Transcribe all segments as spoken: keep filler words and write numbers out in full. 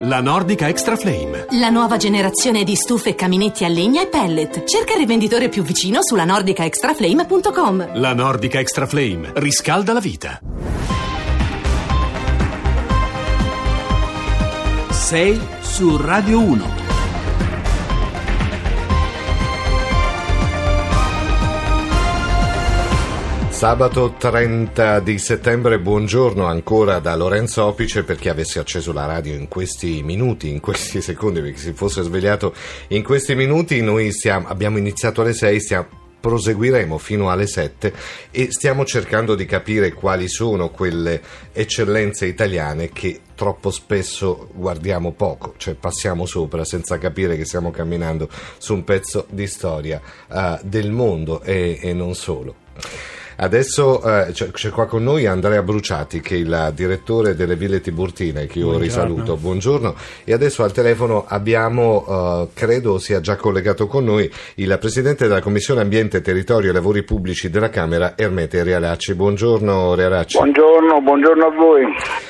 La Nordica Extra Flame. La nuova generazione di stufe e caminetti a legna e pellet. Cerca il rivenditore più vicino sulla nordica extra flame punto com. La Nordica Extra Flame riscalda la vita. sei su Radio uno. Sabato trenta di settembre, buongiorno ancora da Lorenzo Opice. Per chi avesse acceso la radio in questi minuti, in questi secondi, perché si fosse svegliato in questi minuti, noi stiamo, abbiamo iniziato alle sei, stiamo, proseguiremo fino alle sette e stiamo cercando di capire quali sono quelle eccellenze italiane che troppo spesso guardiamo poco, cioè passiamo sopra senza capire che stiamo camminando su un pezzo di storia uh, del mondo e, e non solo. Adesso eh, c'è, c'è qua con noi Andrea Bruciati, che è il direttore delle Ville Tiburtine, che io buongiorno. risaluto. Buongiorno. E adesso al telefono abbiamo, eh, credo sia già collegato con noi, il Presidente della Commissione Ambiente, Territorio e Lavori Pubblici della Camera, Ermete Realacci. Buongiorno Realacci. Buongiorno, buongiorno a voi.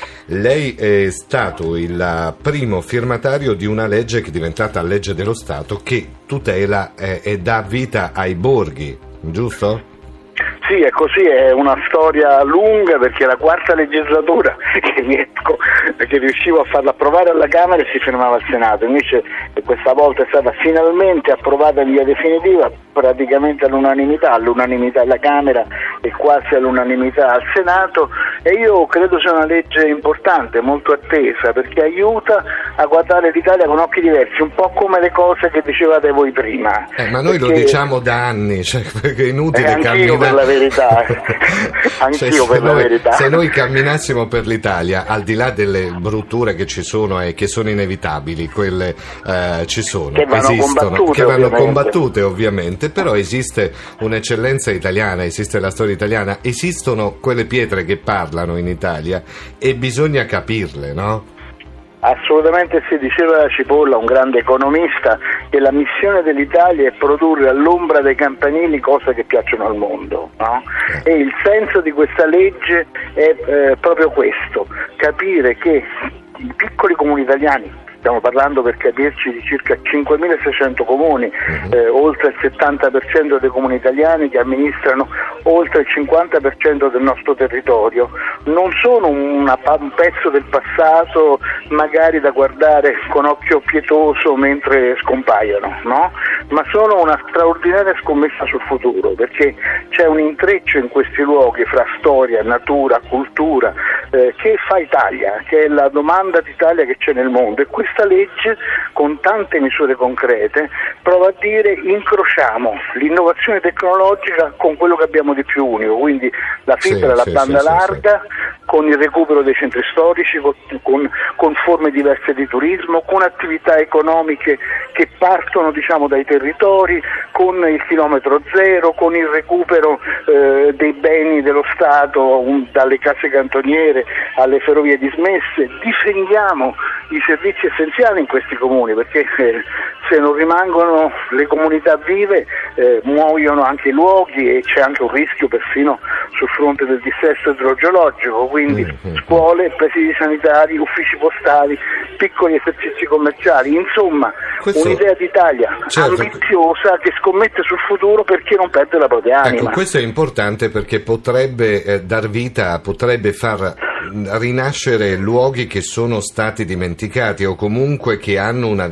Lei è stato il primo firmatario di una legge che è diventata legge dello Stato, che tutela eh, e dà vita ai borghi, giusto? Sì, è così, è una storia lunga perché è la quarta legislatura che, riesco, che riuscivo a farla approvare alla Camera e si fermava al Senato, invece questa volta è stata finalmente approvata in via definitiva, praticamente all'unanimità, all'unanimità alla Camera e quasi all'unanimità al Senato, e io credo sia una legge importante, molto attesa, perché aiuta a guardare l'Italia con occhi diversi, un po' come le cose che dicevate voi prima. Eh, ma noi perché... lo diciamo da anni, cioè, perché è inutile eh, camminare. Per la verità, anch'io cioè, per la noi, verità. Se noi camminassimo per l'Italia, al di là delle brutture che ci sono e che sono inevitabili, quelle eh, ci sono, che vanno esistono, combattute, che vanno ovviamente. combattute ovviamente, però esiste un'eccellenza italiana, esiste la storia italiana, esistono quelle pietre che parlano in Italia e bisogna capirle, no? Assolutamente sì, diceva Cipolla, un grande economista, che la missione dell'Italia è produrre all'ombra dei campanili cose che piacciono al mondo, no? E il senso di questa legge è eh, proprio questo, capire che i piccoli comuni italiani, stiamo parlando per capirci di circa cinquemilaseicento comuni, uh-huh. eh, oltre il settanta per cento dei comuni italiani che amministrano oltre il cinquanta per cento del nostro territorio, non sono una, un pezzo del passato magari da guardare con occhio pietoso mentre scompaiono, no? Ma sono una straordinaria scommessa sul futuro, perché c'è un intreccio in questi luoghi fra storia, natura, cultura, eh, che fa Italia, che è la domanda d'Italia che c'è nel mondo, e questa legge con tante misure concrete prova a dire: incrociamo l'innovazione tecnologica con quello che abbiamo di più unico, quindi la fibra, sì, la sì, banda sì, larga, sì. con il recupero dei centri storici, con, con, con forme diverse di turismo, con attività economiche che partono, diciamo, dai territori, con il chilometro zero, con il recupero eh, dei beni dello Stato, um, dalle case cantoniere alle ferrovie dismesse. Difendiamo i servizi essenziali in questi comuni, perché eh, se non rimangono le comunità vive eh, muoiono anche i luoghi e c'è anche un rischio perfino sul fronte del dissesto idrogeologico, quindi mm-hmm. scuole, presidi sanitari, uffici postali, piccoli esercizi commerciali, insomma questo... un'idea d'Italia certo. ambiziosa che scommette sul futuro perché non perde la propria anima. Ecco, questo è importante perché potrebbe eh, dar vita, potrebbe far rinascere luoghi che sono stati dimenticati o comunque che hanno una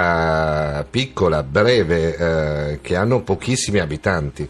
vita piccola, breve, eh, che hanno pochissimi abitanti.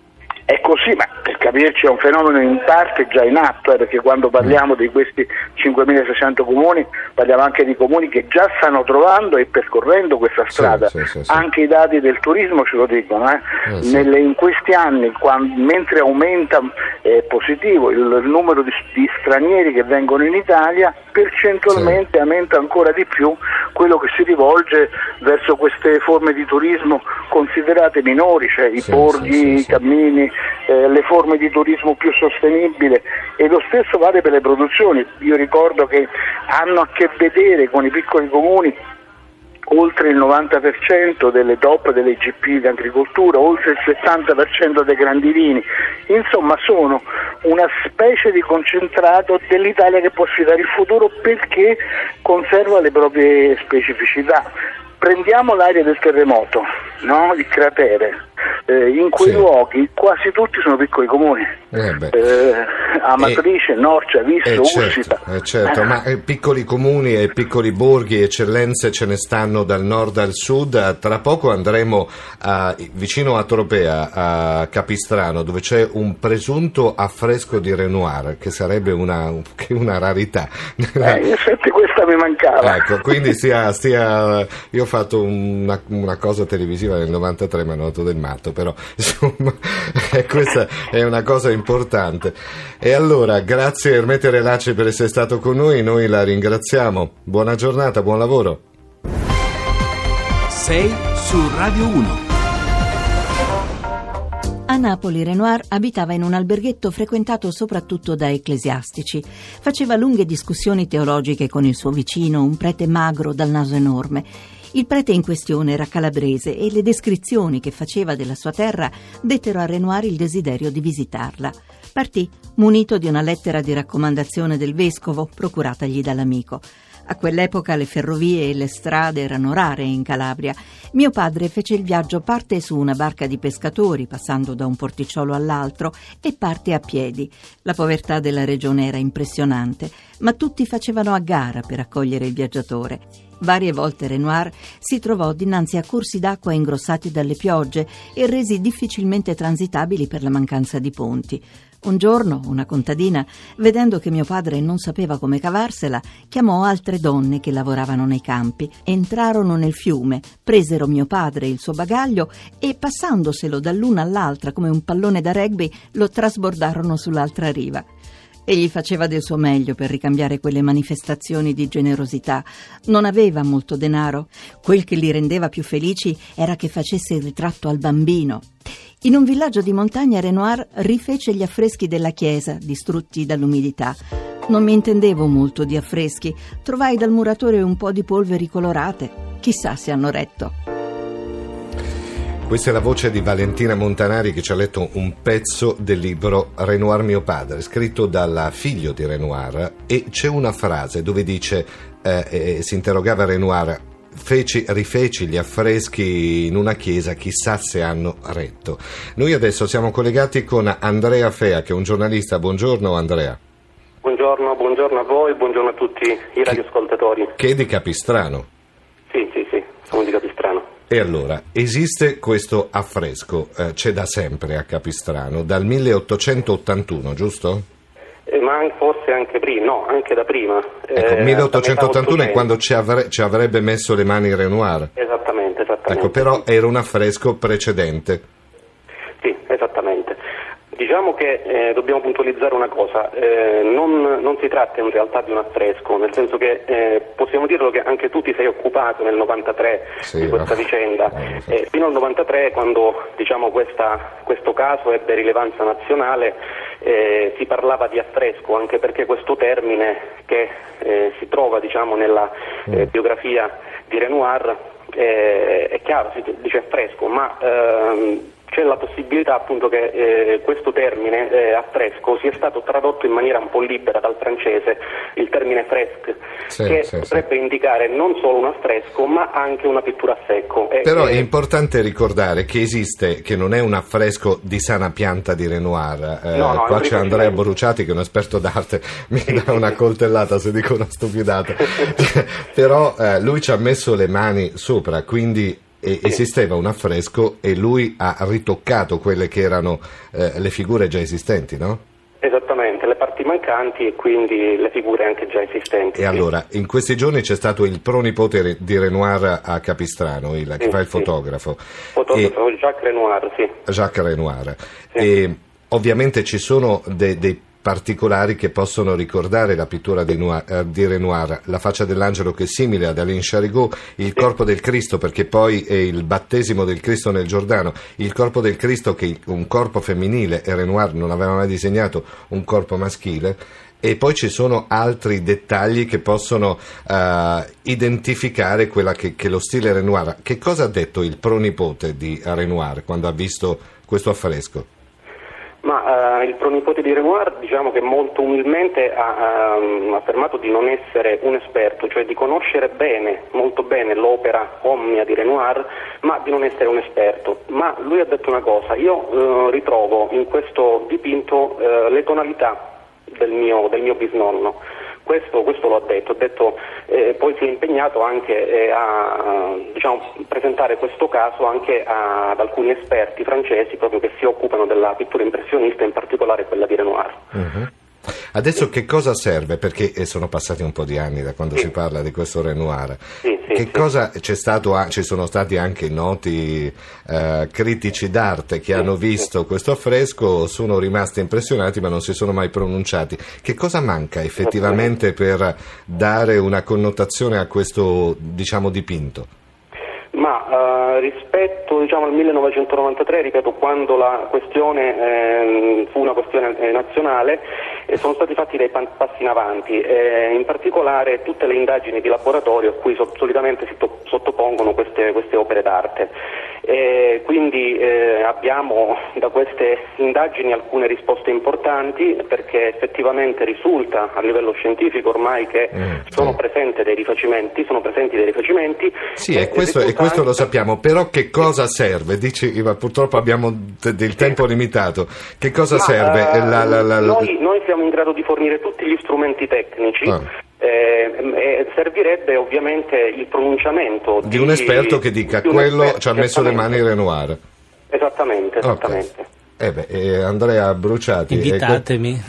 È così, ma per capirci è un fenomeno in parte già in atto, eh, perché quando parliamo di questi cinquemilaseicento comuni parliamo anche di comuni che già stanno trovando e percorrendo questa strada, sì, sì, sì, anche sì. I dati del turismo ce lo dicono, eh? Eh, sì. Nelle, in questi anni, quando, mentre aumenta è positivo il, il numero di, di stranieri che vengono in Italia, percentualmente sì. aumenta ancora di più quello che si rivolge verso queste forme di turismo considerate minori, cioè i sì, borghi, sì, sì, i cammini, eh, le forme di turismo più sostenibile, e lo stesso vale per le produzioni. Io ricordo che hanno a che vedere con i piccoli comuni oltre il novanta per cento delle top delle G P di agricoltura, oltre il settanta per cento dei grandi vini. Insomma, sono una specie di concentrato dell'Italia che può sfidare il futuro perché conserva le proprie specificità. Prendiamo l'area del terremoto, no? Il cratere. Eh, in quei sì. luoghi quasi tutti sono piccoli comuni, eh eh, Amatrice, e, Norcia, Visso, eh Ursita. Certo, eh certo. Ma eh, piccoli comuni e piccoli borghi, eccellenze ce ne stanno dal nord al sud. Tra poco andremo a, vicino a Tropea, a Capistrano, dove c'è un presunto affresco di Renoir, che sarebbe una, una rarità. Eh, in effetti questa mi mancava. Ecco, quindi stia, stia, io ho fatto una, una cosa televisiva nel novantatré, ma noto del matto, però insomma questa è una cosa importante. E allora grazie Ermete Relacci per essere stato con noi, noi la ringraziamo, buona giornata, buon lavoro. sei su Radio uno. A Napoli Renoir abitava in un alberghetto frequentato soprattutto da ecclesiastici. Faceva lunghe discussioni teologiche con il suo vicino, un prete magro dal naso enorme. Il prete in questione era calabrese e le descrizioni che faceva della sua terra dettero a Renoir il desiderio di visitarla. Partì munito di una lettera di raccomandazione del vescovo procuratagli dall'amico. A quell'epoca le ferrovie e le strade erano rare in Calabria. Mio padre fece il viaggio parte su una barca di pescatori, passando da un porticciolo all'altro, e parte a piedi. La povertà della regione era impressionante, ma tutti facevano a gara per accogliere il viaggiatore. Varie volte Renoir si trovò dinanzi a corsi d'acqua ingrossati dalle piogge e resi difficilmente transitabili per la mancanza di ponti. Un giorno una contadina, vedendo che mio padre non sapeva come cavarsela, chiamò altre donne che lavoravano nei campi. Entrarono nel fiume, presero mio padre e il suo bagaglio e, passandoselo dall'una all'altra come un pallone da rugby, lo trasbordarono sull'altra riva. Egli faceva del suo meglio per ricambiare quelle manifestazioni di generosità. Non aveva molto denaro. Quel che li rendeva più felici era che facesse il ritratto al bambino. In un villaggio di montagna Renoir rifece gli affreschi della chiesa, distrutti dall'umidità. Non mi intendevo molto di affreschi. Trovai dal muratore un po' di polveri colorate. Chissà se hanno retto. Questa è la voce di Valentina Montanari, che ci ha letto un pezzo del libro Renoir mio padre, scritto dal figlio di Renoir, e c'è una frase dove dice, eh, eh, si interrogava Renoir, feci, rifeci gli affreschi in una chiesa, chissà se hanno retto. Noi adesso siamo collegati con Andrea Fea, che è un giornalista. Buongiorno Andrea. Buongiorno, buongiorno a voi, buongiorno a tutti i radioascoltatori. Che è di Capistrano? Sì, sì, sì, sono di Capistrano. E allora, esiste questo affresco, eh, c'è da sempre a Capistrano, dal milleottocentottantuno, giusto? Eh, ma forse anche prima, no, anche da prima. Ecco, eh, milleottocentottantuno è quando ci, avre- ci avrebbe messo le mani Renoir. Esattamente, esattamente. Ecco, però era un affresco precedente. Sì, esattamente. Diciamo che eh, dobbiamo puntualizzare una cosa, eh, non, non si tratta in realtà di un affresco, nel senso che eh, possiamo dirlo che anche tu ti sei occupato nel novantatré sì, di questa no? vicenda. Eh, fino al novantatré, quando diciamo questa, questo caso ebbe rilevanza nazionale, eh, si parlava di affresco, anche perché questo termine che eh, si trova diciamo nella eh, biografia di Renoir eh, è chiaro, si dice affresco, ma ehm, c'è la possibilità appunto che eh, questo termine eh, affresco sia stato tradotto in maniera un po' libera dal francese, il termine fresque, sì, che sì, potrebbe sì. indicare non solo un affresco ma anche una pittura a secco. E, Però e... è importante ricordare che esiste, che non è un affresco di sana pianta di Renoir. Eh, no, no, qua c'è Andrea Boruciati che è un esperto d'arte, mi dà una coltellata se dico una stupidata. Però eh, lui ci ha messo le mani sopra, quindi E esisteva un affresco e lui ha ritoccato quelle che erano eh, le figure già esistenti, no? Esattamente, le parti mancanti e quindi le figure anche già esistenti. E sì. Allora, in questi giorni c'è stato il pronipote di Renoir a Capistrano, il, sì, che fa il sì. fotografo. Fotografo, e, Jacques Renoir, sì. Jacques Renoir. Sì. E ovviamente ci sono de, dei particolari che possono ricordare la pittura di, Noir, eh, di Renoir, la faccia dell'angelo che è simile ad Alain Charigot, il corpo del Cristo perché poi è il battesimo del Cristo nel Giordano, il corpo del Cristo che è un corpo femminile e Renoir non aveva mai disegnato un corpo maschile, e poi ci sono altri dettagli che possono uh, identificare quella che, che è lo stile Renoir. Che cosa ha detto il pronipote di Renoir quando ha visto questo affresco? Ma uh, il pronipote di Renoir, diciamo che molto umilmente ha uh, affermato di non essere un esperto, cioè di conoscere bene, molto bene l'opera omnia di Renoir, ma di non essere un esperto. Ma lui ha detto una cosa: io uh, ritrovo in questo dipinto uh, le tonalità del mio, del mio bisnonno. Questo, questo lo ha detto, ha detto eh, poi si è impegnato anche eh, a diciamo, presentare questo caso anche a, ad alcuni esperti francesi proprio che si occupano della pittura impressionista, in particolare quella di Renoir. Uh-huh. Adesso che cosa serve? Perché sono passati un po' di anni da quando sì. si parla di questo Renoir. Sì, sì, che sì. cosa c'è stato? Ci sono stati anche noti eh, critici d'arte che sì, hanno visto sì. questo affresco, sono rimasti impressionati ma non si sono mai pronunciati. Che cosa manca effettivamente per dare una connotazione a questo, diciamo, dipinto? Ma uh, rispetto diciamo, al millenovecentonovantatré, ripeto, quando la questione eh, fu una questione eh, nazionale, eh, sono stati fatti dei pan- passi in avanti, eh, in particolare tutte le indagini di laboratorio a cui so- solitamente si to- sottopongono queste, queste opere d'arte. E quindi eh, abbiamo da queste indagini alcune risposte importanti, perché effettivamente risulta a livello scientifico ormai che mm, sono, sì. presenti dei rifacimenti, sono presenti dei rifacimenti. Sì, e questo, e questo lo sappiamo, però che cosa serve? Dici, purtroppo abbiamo del tempo limitato. Che cosa Ma, serve? Uh, la, la, la, noi, noi siamo in grado di fornire tutti gli strumenti tecnici. Ah. Eh, eh, servirebbe ovviamente il pronunciamento di, di un esperto che dica di quello esperto, ci ha messo le mani Renoir. Esattamente, esattamente. Okay. Eh beh, eh, Andrea Bruciati. Invitatemi.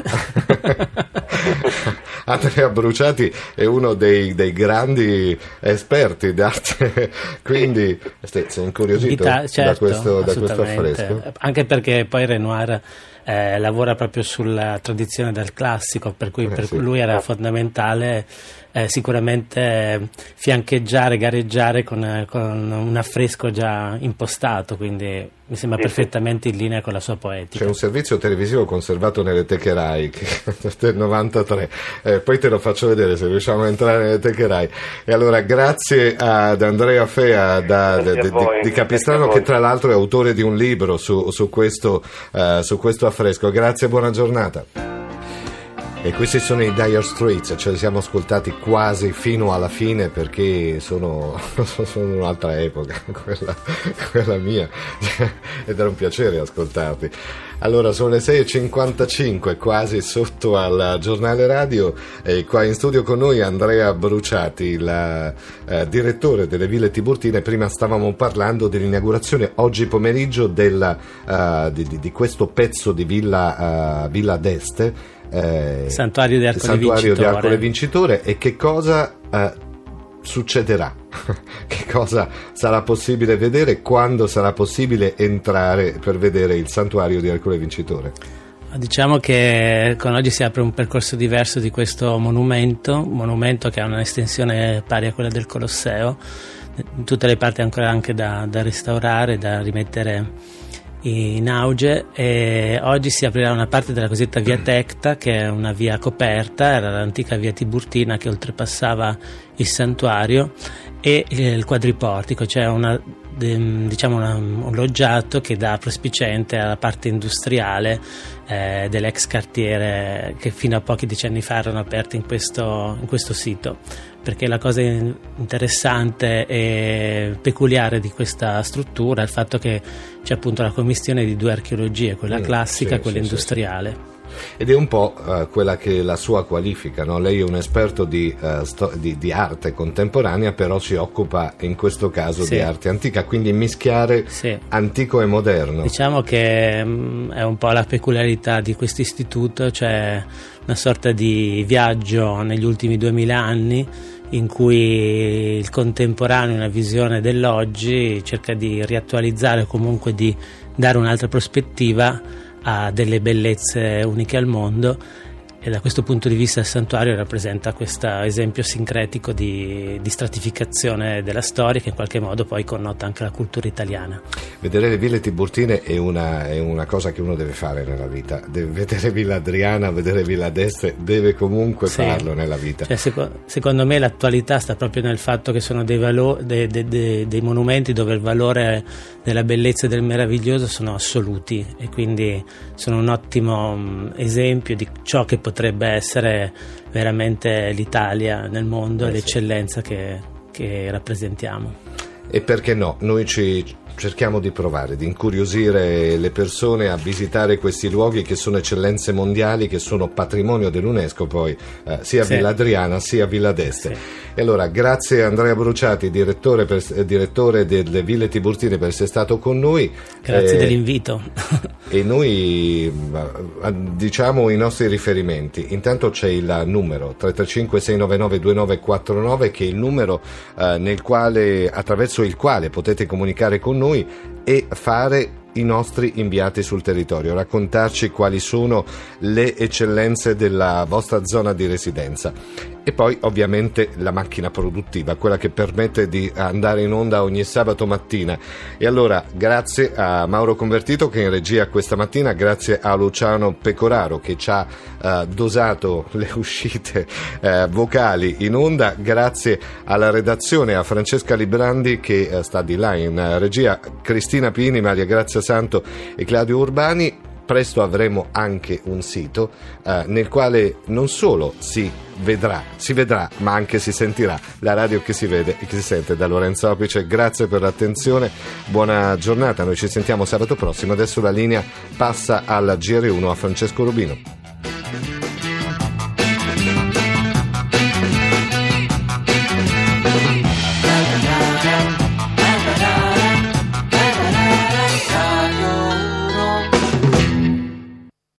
Andrea Bruciati è uno dei, dei grandi esperti d'arte, quindi sei incuriosito Invita- certo, da, questo, da questo affresco? Anche perché poi Renoir eh, lavora proprio sulla tradizione del classico, per cui eh, per sì. lui era fondamentale eh, sicuramente fiancheggiare, gareggiare con, con un affresco già impostato, quindi mi sembra perfettamente in linea con la sua poetica. C'è un servizio televisivo conservato nelle teche Rai che, del novantatré, eh, poi te lo faccio vedere se riusciamo a entrare nelle teche Rai. E allora grazie ad Andrea Fea da, de, de, di, di Capistrano, che tra l'altro è autore di un libro su, su, questo, uh, su questo affresco. Grazie e buona giornata. E questi sono i Dire Straits, ce li siamo ascoltati quasi fino alla fine perché sono, sono un'altra epoca, quella, quella mia, ed era un piacere ascoltarli. Allora sono le sei e cinquantacinque, quasi sotto al giornale radio, e qua in studio con noi Andrea Bruciati, il eh, direttore delle Ville Tiburtine. Prima stavamo parlando dell'inaugurazione oggi pomeriggio della, uh, di, di, di questo pezzo di Villa, uh, Villa d'Este, Eh, Santuario di Arcole Santuario Vincitore. di Arcole Vincitore. E che cosa eh, succederà? Che cosa sarà possibile vedere? Quando sarà possibile entrare per vedere il Santuario di Arcole Vincitore? Diciamo che con oggi si apre un percorso diverso di questo monumento, un monumento che ha un'estensione pari a quella del Colosseo, in tutte le parti ancora anche da, da restaurare, da rimettere in auge, e oggi si aprirà una parte della cosiddetta via Tecta, che è una via coperta, era l'antica via Tiburtina che oltrepassava il santuario, e il quadriportico, cioè una, diciamo una, un loggiato che dà prospiciente alla parte industriale eh, dell'ex cartiere che fino a pochi decenni fa erano aperti in questo, in questo sito, perché la cosa interessante e peculiare di questa struttura è il fatto che c'è appunto la commistione di due archeologie, quella mm, classica e sì, quella sì, industriale. Sì, sì. Ed è un po' uh, quella che è la sua qualifica, no? Lei è un esperto di, uh, sto- di, di arte contemporanea, però si occupa in questo caso sì. di arte antica, quindi mischiare sì. antico e moderno. Diciamo che mh, è un po' la peculiarità di questo istituto, cioè una sorta di viaggio negli ultimi duemila anni in cui il contemporaneo, una visione dell'oggi, cerca di riattualizzare o comunque di dare un'altra prospettiva a delle bellezze uniche al mondo, e da questo punto di vista il santuario rappresenta questo esempio sincretico di, di stratificazione della storia che in qualche modo poi connota anche la cultura italiana. Vedere le ville tiburtine è una, è una cosa che uno deve fare nella vita. Deve vedere Villa Adriana, vedere Villa d'Este, deve comunque sì. farlo nella vita. Cioè, seco- secondo me l'attualità sta proprio nel fatto che sono dei, valo- dei, dei, dei, dei monumenti dove il valore della bellezza e del meraviglioso sono assoluti e quindi sono un ottimo um, esempio di ciò che potrebbe essere veramente l'Italia nel mondo eh, e l'eccellenza sì. che, che rappresentiamo. E perché no? Noi ci cerchiamo di provare, di incuriosire le persone a visitare questi luoghi che sono eccellenze mondiali, che sono patrimonio dell'UNESCO poi, eh, sia sì. Villa Adriana sia Villa d'Este. Sì. E allora grazie a Andrea Bruciati, direttore, per, eh, direttore delle Ville Tiburtine, per essere stato con noi. Grazie eh, dell'invito. E noi diciamo i nostri riferimenti. Intanto c'è il numero tre tre cinque sei nove nove due nove quattro nove, che è il numero eh, nel quale, attraverso il quale potete comunicare con noi e fare i nostri inviati sul territorio, raccontarci quali sono le eccellenze della vostra zona di residenza. E poi ovviamente la macchina produttiva, quella che permette di andare in onda ogni sabato mattina. E allora grazie a Mauro Convertito che è in regia questa mattina, grazie a Luciano Pecoraro che ci ha uh, dosato le uscite uh, vocali in onda, grazie alla redazione, a Francesca Librandi che uh, sta di là in uh, regia, Cristina Pini, Maria Grazia Santo e Claudio Urbani. Presto avremo anche un sito eh, nel quale non solo si vedrà, si vedrà, ma anche si sentirà la radio che si vede e che si sente da Lorenzo Opice. Grazie per l'attenzione, buona giornata, noi ci sentiamo sabato prossimo. Adesso la linea passa alla G R uno a Francesco Rubino.